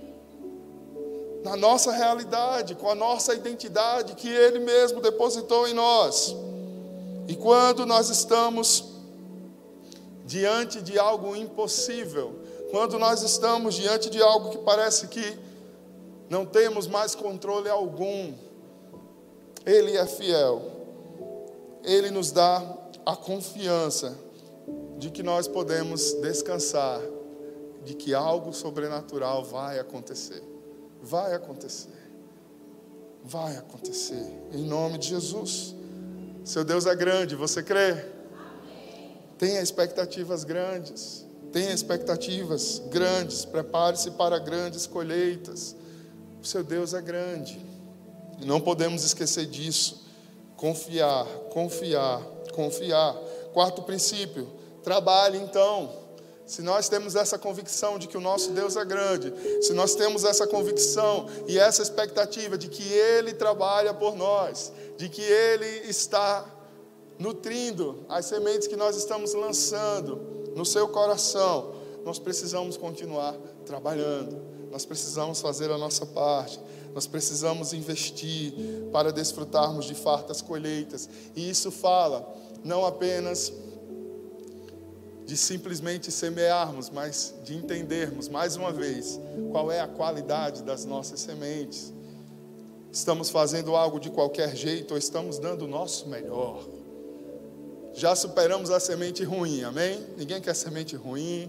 Na nossa realidade, com a nossa identidade que Ele mesmo depositou em nós. E quando nós estamos diante de algo impossível, quando nós estamos diante de algo que parece que não temos mais controle algum, Ele é fiel. Ele nos dá a confiança de que nós podemos descansar, de que algo sobrenatural vai acontecer. Vai acontecer. Vai acontecer. Em nome de Jesus. Seu Deus é grande, você crê? Amém. Tenha expectativas grandes. Tenha expectativas grandes. Prepare-se para grandes colheitas. O seu Deus é grande. E não podemos esquecer disso. Confiar, confiar, confiar. Quarto princípio. Trabalhe então. Se nós temos essa convicção de que o nosso Deus é grande, se nós temos essa convicção e essa expectativa de que Ele trabalha por nós, de que Ele está nutrindo as sementes que nós estamos lançando no seu coração, nós precisamos continuar trabalhando, nós precisamos fazer a nossa parte, nós precisamos investir para desfrutarmos de fartas colheitas. E isso fala não apenas de simplesmente semearmos, mas de entendermos, mais uma vez, qual é a qualidade das nossas sementes. Estamos fazendo algo de qualquer jeito ou estamos dando o nosso melhor? Já superamos a semente ruim, amém? Ninguém quer semente ruim,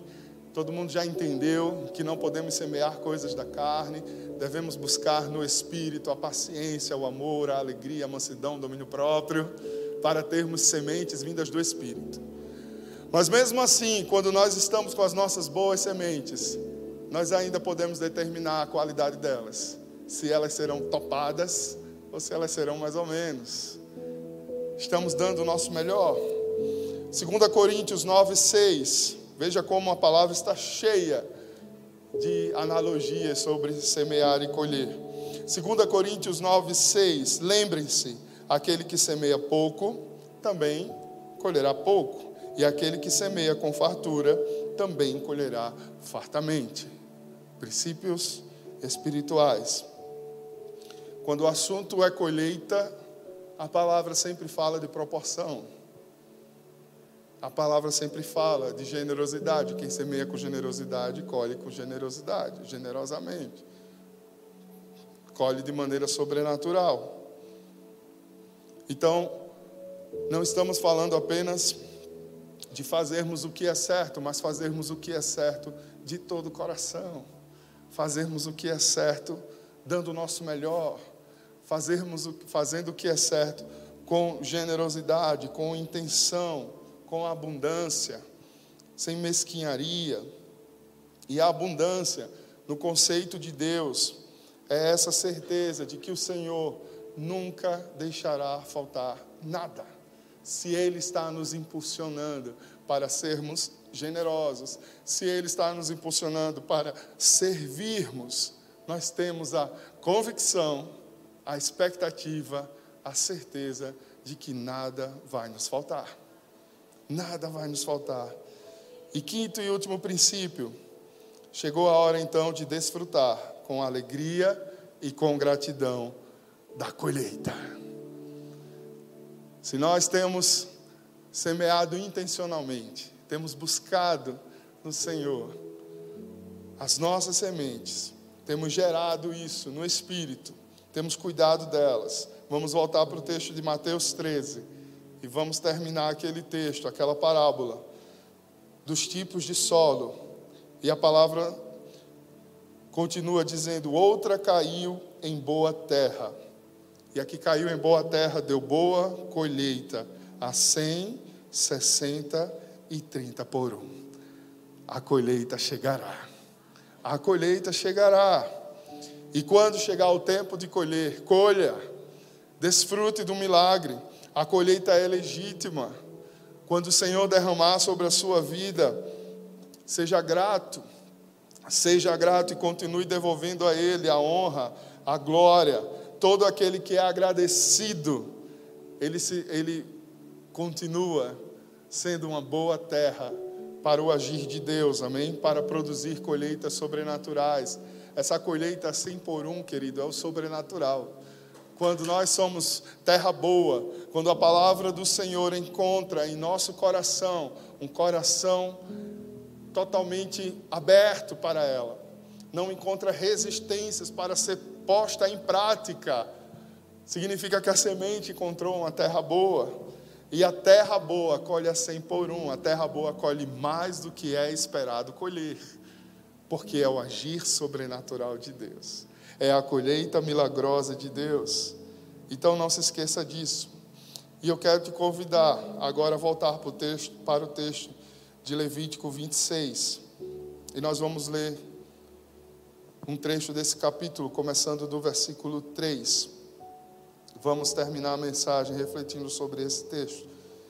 Todo mundo já entendeu que não podemos semear coisas da carne, devemos buscar no Espírito a paciência, o amor, a alegria, a mansidão, o domínio próprio, para termos sementes vindas do Espírito. Mas mesmo assim, quando nós estamos com as nossas boas sementes, nós ainda podemos determinar a qualidade delas, se elas serão topadas ou se elas serão mais ou menos. Estamos dando o nosso melhor. Segunda Coríntios nove, seis. Veja como a palavra está cheia de analogias sobre semear e colher. Segunda Coríntios nove, seis. Lembrem-se, aquele que semeia pouco, também colherá pouco. E aquele que semeia com fartura, também colherá fartamente. Princípios espirituais. Quando o assunto é colheita, a palavra sempre fala de proporção. A palavra sempre fala de generosidade. Quem semeia com generosidade, colhe com generosidade, generosamente. Colhe de maneira sobrenatural. Então, não estamos falando apenas de fazermos o que é certo, mas fazermos o que é certo de todo o coração. Fazermos o que é certo dando o nosso melhor. Fazermos o, fazendo o que é certo com generosidade, com intenção, com abundância, sem mesquinharia. E a abundância, no conceito de Deus, é essa certeza de que o Senhor nunca deixará faltar nada. Se Ele está nos impulsionando para sermos generosos, se Ele está nos impulsionando para servirmos, nós temos a convicção, a expectativa, a certeza de que nada vai nos faltar. Nada vai nos faltar. E quinto e último princípio, chegou a hora então de desfrutar com alegria e com gratidão da colheita. Se nós temos semeado intencionalmente, temos buscado no Senhor as nossas sementes, temos gerado isso no Espírito, temos cuidado delas. Vamos voltar para o texto de Mateus treze e vamos terminar aquele texto, aquela parábola dos tipos de solo. E a palavra continua dizendo: outra caiu em boa terra. E a que caiu em boa terra deu boa colheita, a cem, sessenta e trinta por um. A colheita chegará. A colheita chegará. E quando chegar o tempo de colher, colha, desfrute do milagre. A colheita é legítima. Quando o Senhor derramar sobre a sua vida, seja grato. Seja grato e continue devolvendo a Ele a honra, a glória. Todo aquele que é agradecido, ele, se, ele continua sendo uma boa terra para o agir de Deus, amém? Para produzir colheitas sobrenaturais. Essa colheita cem por um, querido, é o sobrenatural. Quando nós somos terra boa, quando a palavra do Senhor encontra em nosso coração, um coração totalmente aberto para ela, não encontra resistências para ser posta em prática, significa que a semente encontrou uma terra boa, e a terra boa colhe a cem por um, a terra boa colhe mais do que é esperado colher, porque é o agir sobrenatural de Deus, é a colheita milagrosa de Deus. Então não se esqueça disso. E eu quero te convidar agora a voltar para o texto, para o texto de Levítico vinte e seis, e nós vamos ler um trecho desse capítulo, começando do versículo três. Vamos terminar a mensagem refletindo sobre esse texto.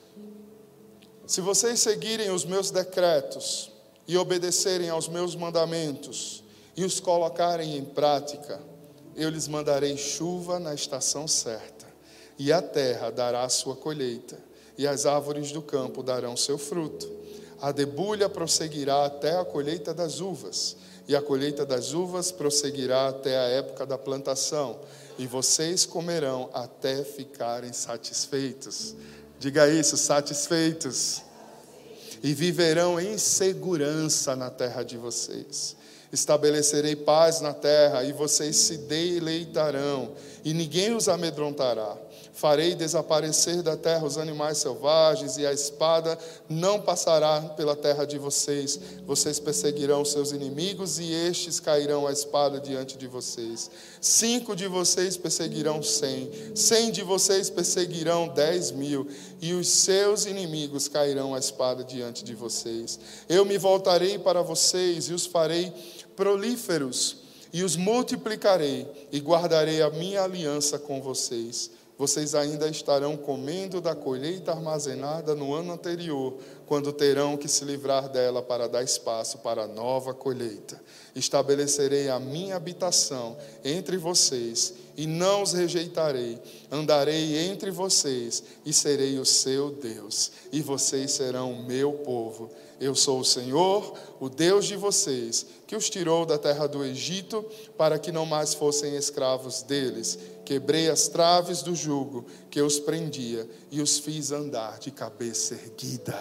Se vocês seguirem os meus decretos e obedecerem aos meus mandamentos e os colocarem em prática, eu lhes mandarei chuva na estação certa, e a terra dará a sua colheita, e as árvores do campo darão seu fruto. A debulha prosseguirá até a colheita das uvas, e a colheita das uvas prosseguirá até a época da plantação, e vocês comerão até ficarem satisfeitos. Diga isso, satisfeitos. E viverão em segurança na terra de vocês. Estabelecerei paz na terra, e vocês se deleitarão, e ninguém os amedrontará. Farei desaparecer da terra os animais selvagens, e a espada não passará pela terra de vocês. Vocês perseguirão seus inimigos, e estes cairão a espada diante de vocês. Cinco de vocês perseguirão cem, cem de vocês perseguirão dez mil, e os seus inimigos cairão a espada diante de vocês. Eu me voltarei para vocês e os farei prolíferos, e os multiplicarei, e guardarei a minha aliança com vocês. Vocês ainda estarão comendo da colheita armazenada no ano anterior, quando terão que se livrar dela para dar espaço para a nova colheita. Estabelecerei a minha habitação entre vocês, e não os rejeitarei. Andarei entre vocês, e serei o seu Deus, e vocês serão o meu povo. Eu sou o Senhor, o Deus de vocês, que os tirou da terra do Egito, para que não mais fossem escravos deles. Quebrei as traves do jugo que os prendia, e os fiz andar de cabeça erguida.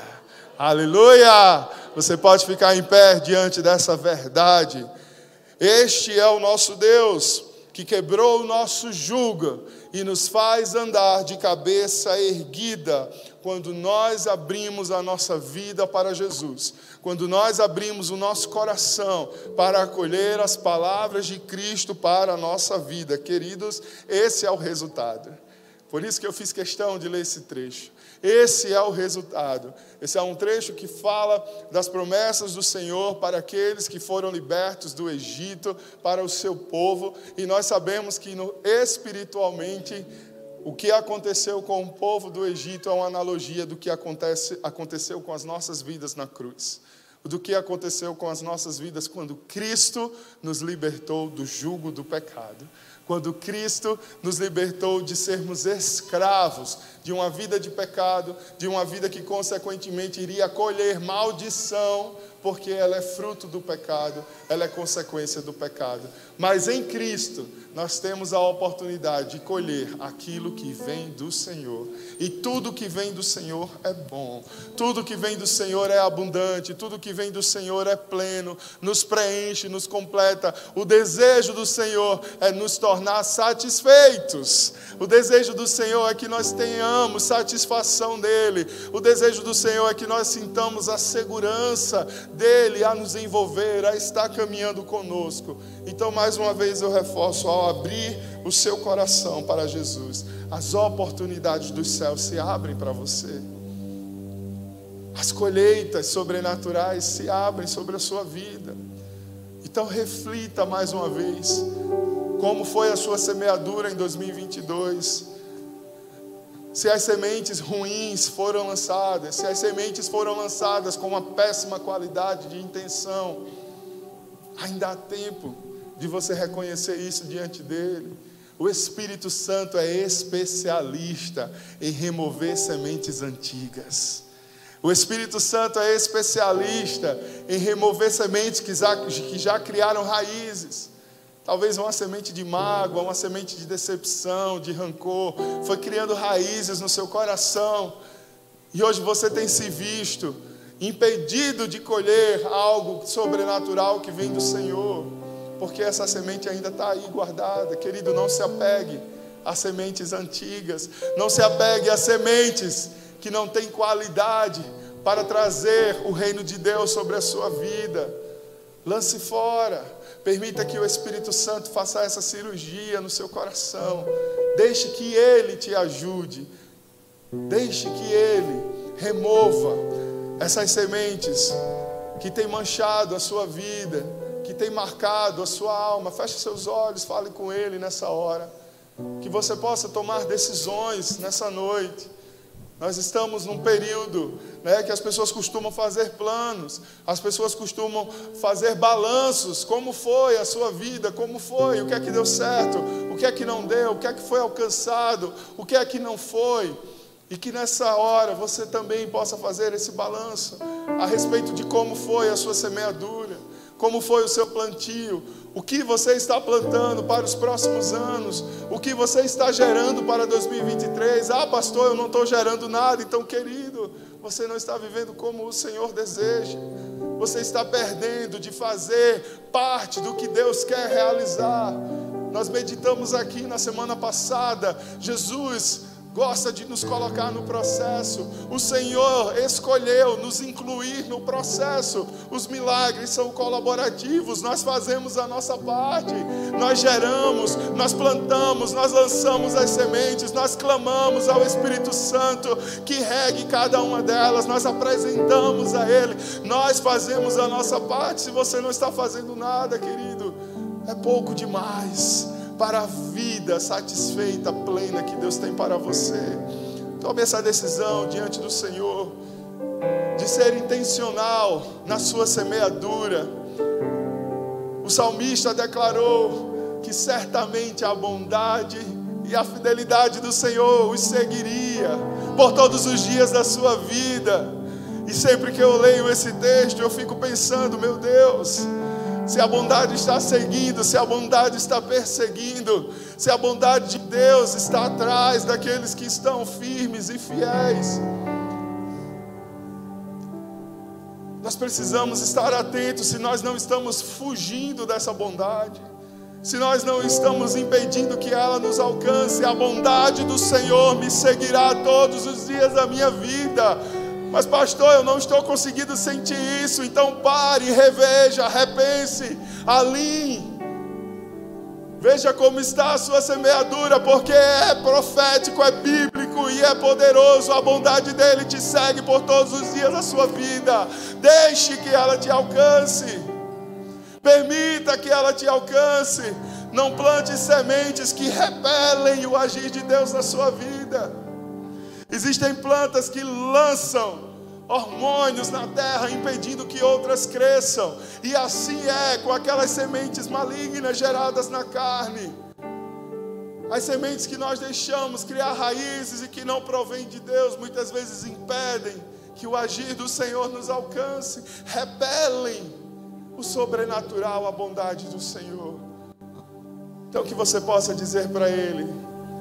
Aleluia! Você pode ficar em pé diante dessa verdade. Este é o nosso Deus, que quebrou o nosso jugo e nos faz andar de cabeça erguida quando nós abrimos a nossa vida para Jesus, quando nós abrimos o nosso coração para acolher as palavras de Cristo para a nossa vida. Queridos, esse é o resultado. Por isso que eu fiz questão de ler esse trecho. Esse é o resultado. Esse é um trecho que fala das promessas do Senhor para aqueles que foram libertos do Egito, para o seu povo. E nós sabemos que no, espiritualmente, o que aconteceu com o povo do Egito é uma analogia do que acontece, aconteceu com as nossas vidas na cruz. Do que aconteceu com as nossas vidas quando Cristo nos libertou do jugo do pecado. Quando Cristo nos libertou de sermos escravos de uma vida de pecado, de uma vida que consequentemente iria colher maldição, porque ela é fruto do pecado, ela é consequência do pecado. Mas em Cristo nós temos a oportunidade de colher aquilo que vem do Senhor. E tudo que vem do Senhor é bom, tudo que vem do Senhor é abundante, tudo que vem do Senhor é pleno, nos preenche, nos completa. O desejo do Senhor é nos tornar satisfeitos. O desejo do Senhor é que nós tenhamos satisfação dEle. O desejo do Senhor é que nós sintamos a segurança dEle a nos envolver, a estar caminhando conosco. Então, mais uma vez eu reforço, ao abrir o seu coração para Jesus, as oportunidades dos céus se abrem para você. As colheitas sobrenaturais se abrem sobre a sua vida. Então reflita mais uma vez, como foi a sua semeadura em dois mil e vinte e dois. Se as sementes ruins foram lançadas, se as sementes foram lançadas com uma péssima qualidade de intenção, ainda há tempo de você reconhecer isso diante dele. O Espírito Santo é especialista em remover sementes antigas. O Espírito Santo é especialista em remover sementes que já, que já criaram raízes. Talvez uma semente de mágoa, uma semente de decepção, de rancor, foi criando raízes no seu coração. E hoje você tem se visto impedido de colher algo sobrenatural que vem do Senhor, porque essa semente ainda está aí guardada. Querido, não se apegue a sementes antigas, não se apegue a sementes que não têm qualidade para trazer o reino de Deus sobre a sua vida. Lance fora, permita que o Espírito Santo faça essa cirurgia no seu coração. Deixe que Ele te ajude, deixe que Ele remova essas sementes que têm manchado a sua vida, que têm marcado a sua alma. Feche seus olhos, fale com Ele nessa hora, que você possa tomar decisões nessa noite. Nós estamos num período, né, que as pessoas costumam fazer planos, as pessoas costumam fazer balanços. Como foi a sua vida? Como foi? O que é que deu certo? O que é que não deu? O que é que foi alcançado? O que é que não foi? E que nessa hora você também possa fazer esse balanço a respeito de como foi a sua semeadura, como foi o seu plantio, o que você está plantando para os próximos anos, o que você está gerando para dois mil e vinte e três. Ah, pastor, eu não estou gerando nada. Então, querido, você não está vivendo como o Senhor deseja. Você está perdendo de fazer parte do que Deus quer realizar. Nós meditamos aqui na semana passada, Jesus gosta de nos colocar no processo. O Senhor escolheu nos incluir no processo. Os milagres são colaborativos. Nós fazemos a nossa parte. Nós geramos, nós plantamos, nós lançamos as sementes, nós clamamos ao Espírito Santo que regue cada uma delas. Nós apresentamos a Ele. Nós fazemos a nossa parte. Se você não está fazendo nada, querido, é pouco demais para a vida satisfeita, plena que Deus tem para você. Tome essa decisão diante do Senhor, de ser intencional na sua semeadura. O salmista declarou que certamente a bondade e a fidelidade do Senhor os seguiria por todos os dias da sua vida. E sempre que eu leio esse texto, eu fico pensando, meu Deus, se a bondade está seguindo, se a bondade está perseguindo, se a bondade de Deus está atrás daqueles que estão firmes e fiéis. Nós precisamos estar atentos se nós não estamos fugindo dessa bondade, se nós não estamos impedindo que ela nos alcance. A bondade do Senhor me seguirá todos os dias da minha vida. Mas pastor, eu não estou conseguindo sentir isso. Então pare, reveja, repense, alinhe. Veja como está a sua semeadura, porque é profético, é bíblico e é poderoso. A bondade dele te segue por todos os dias da sua vida. Deixe que ela te alcance. Permita que ela te alcance. Não plante sementes que repelem o agir de Deus na sua vida. Existem plantas que lançam hormônios na terra, impedindo que outras cresçam. E assim é com aquelas sementes malignas geradas na carne. As sementes que nós deixamos criar raízes e que não provêm de Deus, muitas vezes impedem que o agir do Senhor nos alcance. Repelem o sobrenatural, a bondade do Senhor. Então que você possa dizer para Ele: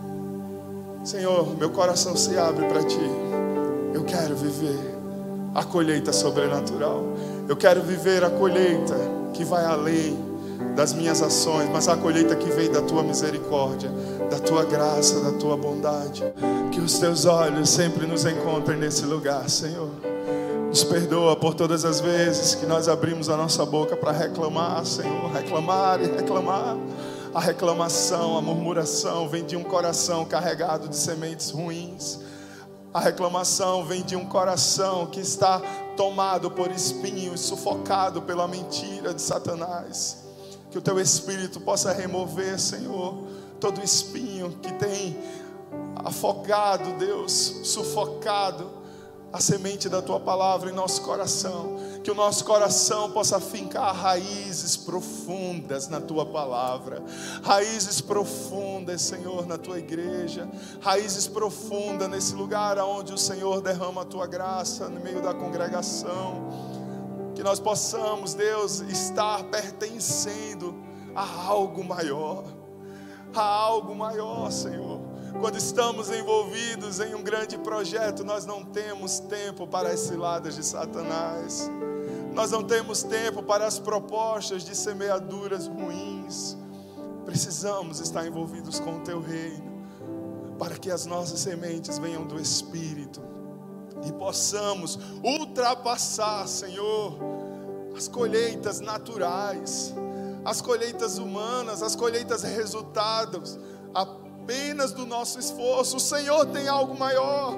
Senhor, meu coração se abre para Ti. Eu quero viver a colheita sobrenatural. Eu quero viver a colheita que vai além das minhas ações, mas a colheita que vem da Tua misericórdia, da Tua graça, da Tua bondade. Que os Teus olhos sempre nos encontrem nesse lugar, Senhor. Nos perdoa por todas as vezes que nós abrimos a nossa boca para reclamar, Senhor. Reclamar e reclamar. A reclamação, a murmuração vem de um coração carregado de sementes ruins. A reclamação vem de um coração que está tomado por espinhos, sufocado pela mentira de Satanás. Que o Teu Espírito possa remover, Senhor, todo espinho que tem afogado, Deus, sufocado a semente da Tua palavra em nosso coração. Que o nosso coração possa fincar raízes profundas na Tua palavra. Raízes profundas, Senhor, na Tua igreja. Raízes profundas nesse lugar onde o Senhor derrama a Tua graça no meio da congregação. Que nós possamos, Deus, estar pertencendo a algo maior. A algo maior, Senhor. Quando estamos envolvidos em um grande projeto, nós não temos tempo para as ciladas de Satanás. Nós não temos tempo para as propostas de semeaduras ruins. Precisamos estar envolvidos com o Teu reino, para que as nossas sementes venham do Espírito e possamos ultrapassar, Senhor, as colheitas naturais, as colheitas humanas, as colheitas resultados apenas do nosso esforço. O Senhor tem algo maior.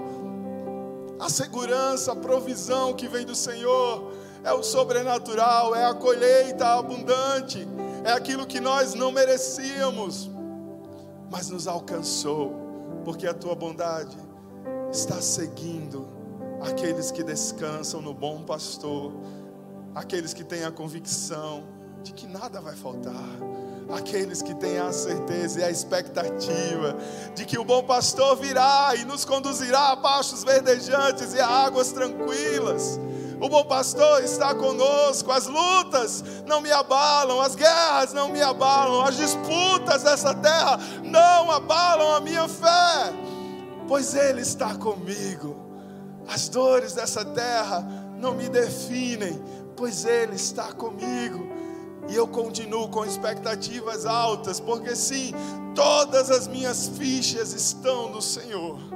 A segurança, a provisão que vem do Senhor é o sobrenatural, é a colheita abundante, é aquilo que nós não merecíamos, mas nos alcançou, porque a Tua bondade está seguindo aqueles que descansam no bom pastor, aqueles que têm a convicção de que nada vai faltar, aqueles que têm a certeza e a expectativa de que o bom pastor virá e nos conduzirá a pastos verdejantes e a águas tranquilas. O bom pastor está conosco. As lutas não me abalam, as guerras não me abalam, as disputas dessa terra não abalam a minha fé, pois Ele está comigo. As dores dessa terra não me definem, pois Ele está comigo. E eu continuo com expectativas altas, porque sim, todas as minhas fichas estão no Senhor.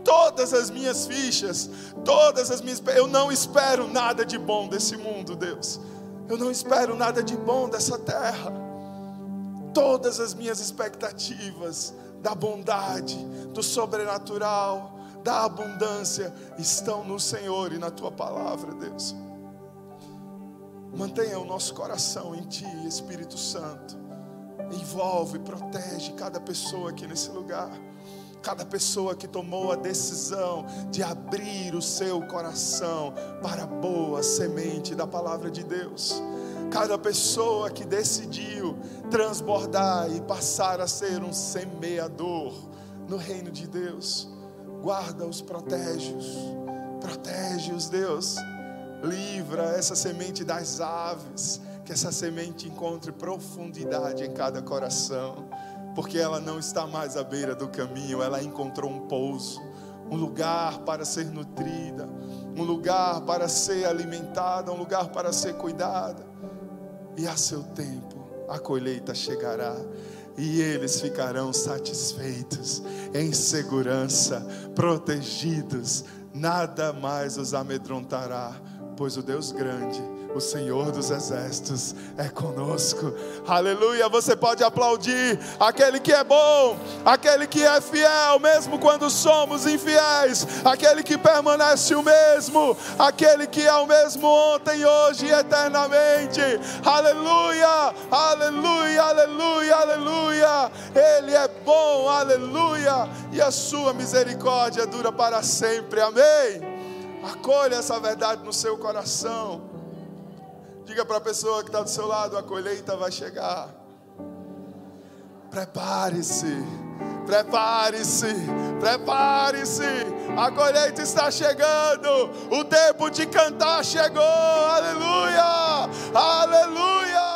todas as minhas fichas, todas as minhas... Eu não espero nada de bom desse mundo, Deus. Eu não espero nada de bom dessa terra. Todas as minhas expectativas da bondade, do sobrenatural, da abundância, estão no Senhor e na Tua palavra, Deus. Mantenha o nosso coração em Ti, Espírito Santo. Envolve, protege cada pessoa aqui nesse lugar. Cada pessoa que tomou a decisão de abrir o seu coração para a boa semente da palavra de Deus. Cada pessoa que decidiu transbordar e passar a ser um semeador no reino de Deus. Guarda-os, protege-os, protege-os, Deus. Livra essa semente das aves, que essa semente encontre profundidade em cada coração, porque ela não está mais à beira do caminho, ela encontrou um pouso, um lugar para ser nutrida, um lugar para ser alimentada, um lugar para ser cuidada. E a seu tempo a colheita chegará e eles ficarão satisfeitos, em segurança, protegidos, nada mais os amedrontará, pois o Deus grande, o Senhor dos exércitos é conosco. Aleluia, você pode aplaudir aquele que é bom, aquele que é fiel, mesmo quando somos infiéis, aquele que permanece o mesmo, aquele que é o mesmo ontem, hoje e eternamente. Aleluia, aleluia, aleluia, aleluia. Ele é bom, aleluia, e a sua misericórdia dura para sempre, amém. Acolha essa verdade no seu coração. Diga para a pessoa que está do seu lado: a colheita vai chegar. Prepare-se, prepare-se, prepare-se. A colheita está chegando. O tempo de cantar chegou. Aleluia, aleluia.